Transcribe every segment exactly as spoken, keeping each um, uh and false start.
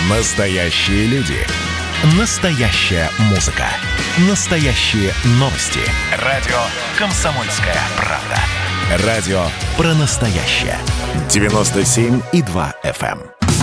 Настоящие люди. Настоящая музыка. Настоящие новости. Радио «Комсомольская правда». Радио про настоящее. девяносто семь и два эф эм.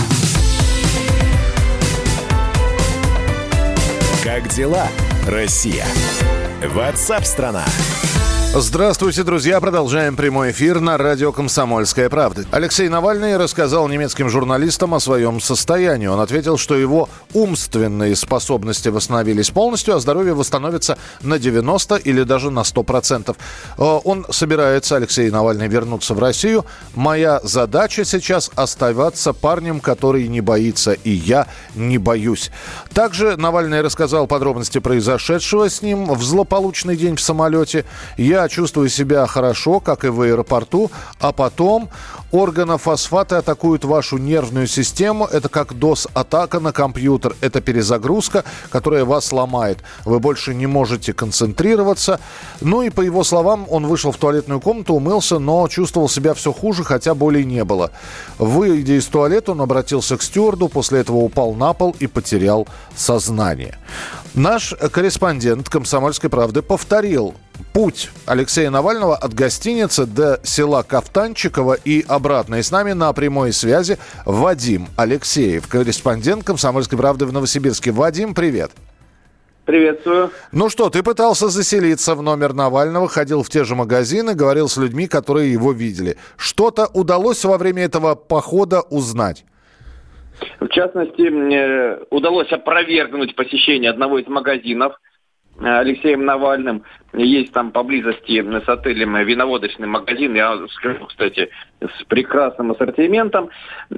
Как дела, Россия? Ватсап-страна! Здравствуйте, друзья. Продолжаем прямой эфир на радио «Комсомольская правда». Алексей Навальный рассказал немецким журналистам о своем состоянии. Он ответил, что его умственные способности восстановились полностью, а здоровье восстановится на девяносто или даже на сто процентов. Он собирается, Алексей Навальный, вернуться в Россию. «Моя задача сейчас оставаться парнем, который не боится, и я не боюсь». Также Навальный рассказал подробности произошедшего с ним в злополучный день в самолете. «Я чувствую себя хорошо, как и в аэропорту, а потом органофосфаты атакуют вашу нервную систему. Это как дос-атака на компьютер. Это перезагрузка, которая вас ломает. Вы больше не можете концентрироваться». Ну и по его словам, он вышел в туалетную комнату, умылся, но чувствовал себя все хуже, хотя боли не было. Выйдя из туалета, он обратился к стюарду, после этого упал на пол и потерял сознание. Наш корреспондент «Комсомольской правды» повторил путь Алексея Навального от гостиницы до села Кафтанчиково и обратно. И с нами на прямой связи Вадим Алексеев, корреспондент «Комсомольской правды» в Новосибирске. Вадим, привет. Приветствую. Ну что, ты пытался заселиться в номер Навального, ходил в те же магазины, говорил с людьми, которые его видели. Что-то удалось во время этого похода узнать? В частности, мне удалось опровергнуть посещение одного из магазинов Алексеем Навальным. Есть там поблизости с отелем виноводочный магазин, я скажу, кстати, с прекрасным ассортиментом.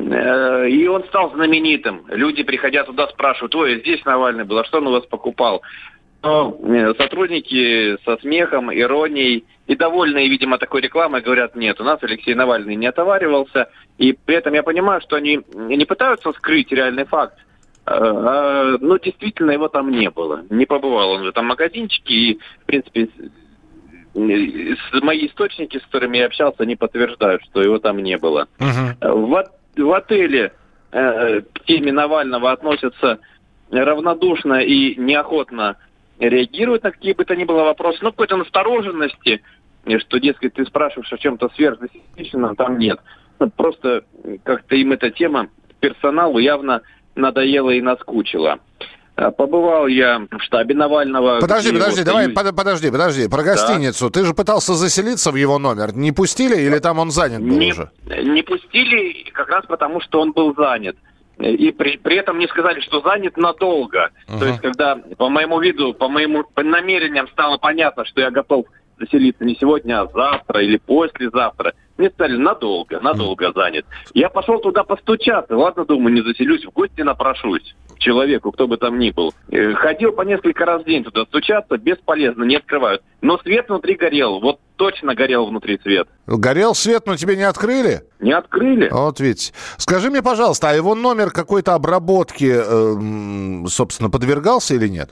И он стал знаменитым. Люди, приходя туда, спрашивают: ой, здесь Навальный был, а что он у вас покупал? Но сотрудники со смехом, иронией и довольные, видимо, такой рекламой говорят: нет, у нас Алексей Навальный не отоваривался. И при этом я понимаю, что они не пытаются скрыть реальный факт. А, ну, действительно, его там не было. Не побывал он в этом магазинчике. И, в принципе, с, мои источники, с которыми я общался, они подтверждают, что его там не было. Uh-huh. В, в отеле э, к теме Навального относятся равнодушно и неохотно реагируют на какие бы то ни было вопросы. Ну, какой-то настороженности, что, дескать, ты спрашиваешь о чем-то сверхзасекреченном, там нет. Ну, просто как-то им эта тема персоналу явно надоело и наскучило. Побывал я в штабе Навального. Подожди, подожди, давай, под, подожди, подожди. Про гостиницу. Да. Ты же пытался заселиться в его номер. Не пустили или там он занят был не, уже? Не пустили как раз потому, что он был занят. И при, при этом мне сказали, что занят надолго. Uh-huh. То есть, когда по моему виду, по моим намерениям стало понятно, что я готов заселиться не сегодня, а завтра или послезавтра, мне сказали: надолго, надолго mm. занят. Я пошел туда постучаться. Ладно, думаю, не заселюсь, в гости напрошусь к человеку, кто бы там ни был. Ходил по несколько раз в день туда стучаться, бесполезно, не открывают. Но свет внутри горел, вот точно горел внутри свет. Горел свет, но тебе не открыли? Не открыли. Вот видите. Скажи мне, пожалуйста, а его номер какой-то обработки, э, собственно, подвергался или нет?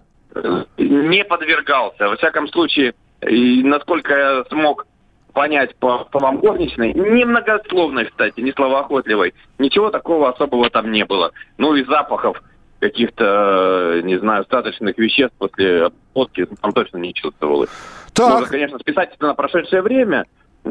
Не подвергался. Во всяком случае, и насколько я смог понять по словам горничной, немногословной, кстати, не словоохотливой, ничего такого особого там не было. Ну и запахов каких-то, не знаю, остаточных веществ после обработки там точно не чувствовалось. Так. Можно, конечно, списать это на прошедшее время,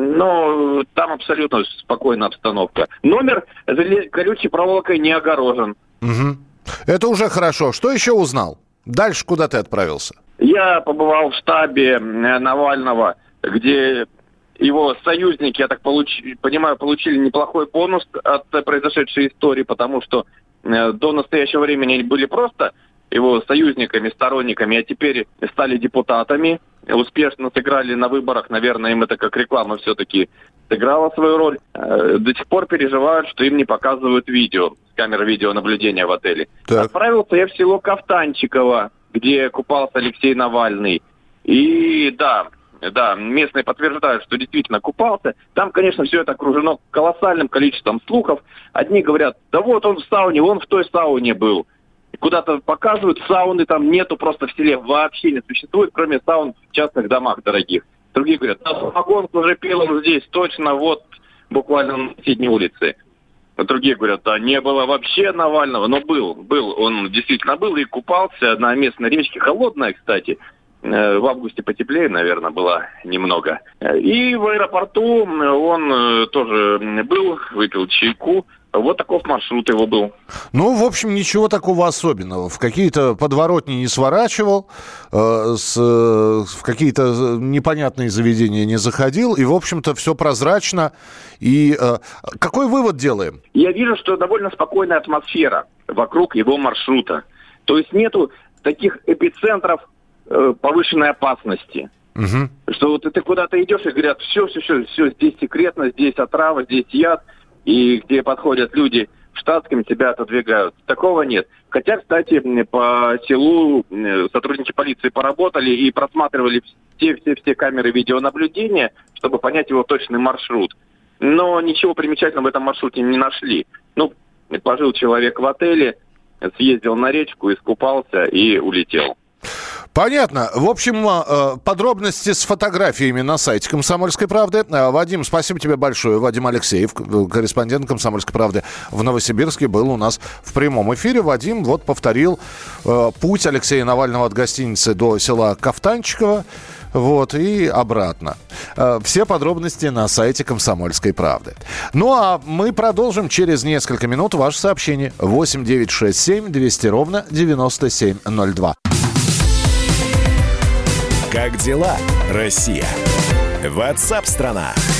но там абсолютно спокойная обстановка. Номер колючей проволокой не огорожен. Угу. Это уже хорошо. Что еще узнал? Дальше куда ты отправился? Я побывал в штабе Навального, где его союзники, я так получ... понимаю, получили неплохой бонус от произошедшей истории, потому что до настоящего времени они были просто его союзниками, сторонниками, а теперь стали депутатами, успешно сыграли на выборах, наверное, им это как реклама все-таки сыграла свою роль. До сих пор переживают, что им не показывают видео, с камеры видеонаблюдения в отеле. Так. Отправился я в село Кафтанчиково, где купался Алексей Навальный. И да, да, местные подтверждают, что действительно купался. Там, конечно, все это окружено колоссальным количеством слухов. Одни говорят: да вот он в сауне, он в той сауне был. Куда-то показывают, сауны там нету, просто в селе вообще не существует, кроме саун в частных домах дорогих. Другие говорят: да, самогонку уже пил он здесь, точно, вот, буквально на соседней улице. А другие говорят, да не было вообще Навального. Но был, был, он действительно был и купался на местной речке. Холодная, кстати. В августе потеплее, наверное, было немного. И в аэропорту он тоже был, выпил чайку. Вот таков маршрут его был. Ну, в общем, ничего такого особенного. В какие-то подворотни не сворачивал, э, с, э, в какие-то непонятные заведения не заходил. И, в общем-то, все прозрачно. И э, какой вывод делаем? Я вижу, что довольно спокойная атмосфера вокруг его маршрута. То есть нету таких эпицентров э, повышенной опасности. Угу. Что вот ты куда-то идешь и говорят, все, все, все, все, здесь секретно, здесь отрава, здесь яд. И где подходят люди в штатском, тебя отодвигают. Такого нет. Хотя, кстати, по селу сотрудники полиции поработали и просматривали все-все-все камеры видеонаблюдения, чтобы понять его точный маршрут. Но ничего примечательного в этом маршруте не нашли. Ну, пожил человек в отеле, съездил на речку, искупался и улетел. Понятно. В общем, подробности с фотографиями на сайте «Комсомольской правды». Вадим, спасибо тебе большое. Вадим Алексеев, корреспондент «Комсомольской правды» в Новосибирске, был у нас в прямом эфире. Вадим вот повторил путь Алексея Навального от гостиницы до села Кафтанчиково. Вот, и обратно. Все подробности на сайте «Комсомольской правды». Ну, а мы продолжим через несколько минут ваше сообщение. восемь девятьсот шестьдесят семь двести ровно девяносто семь ноль два. Как дела, Россия? WhatsApp-страна.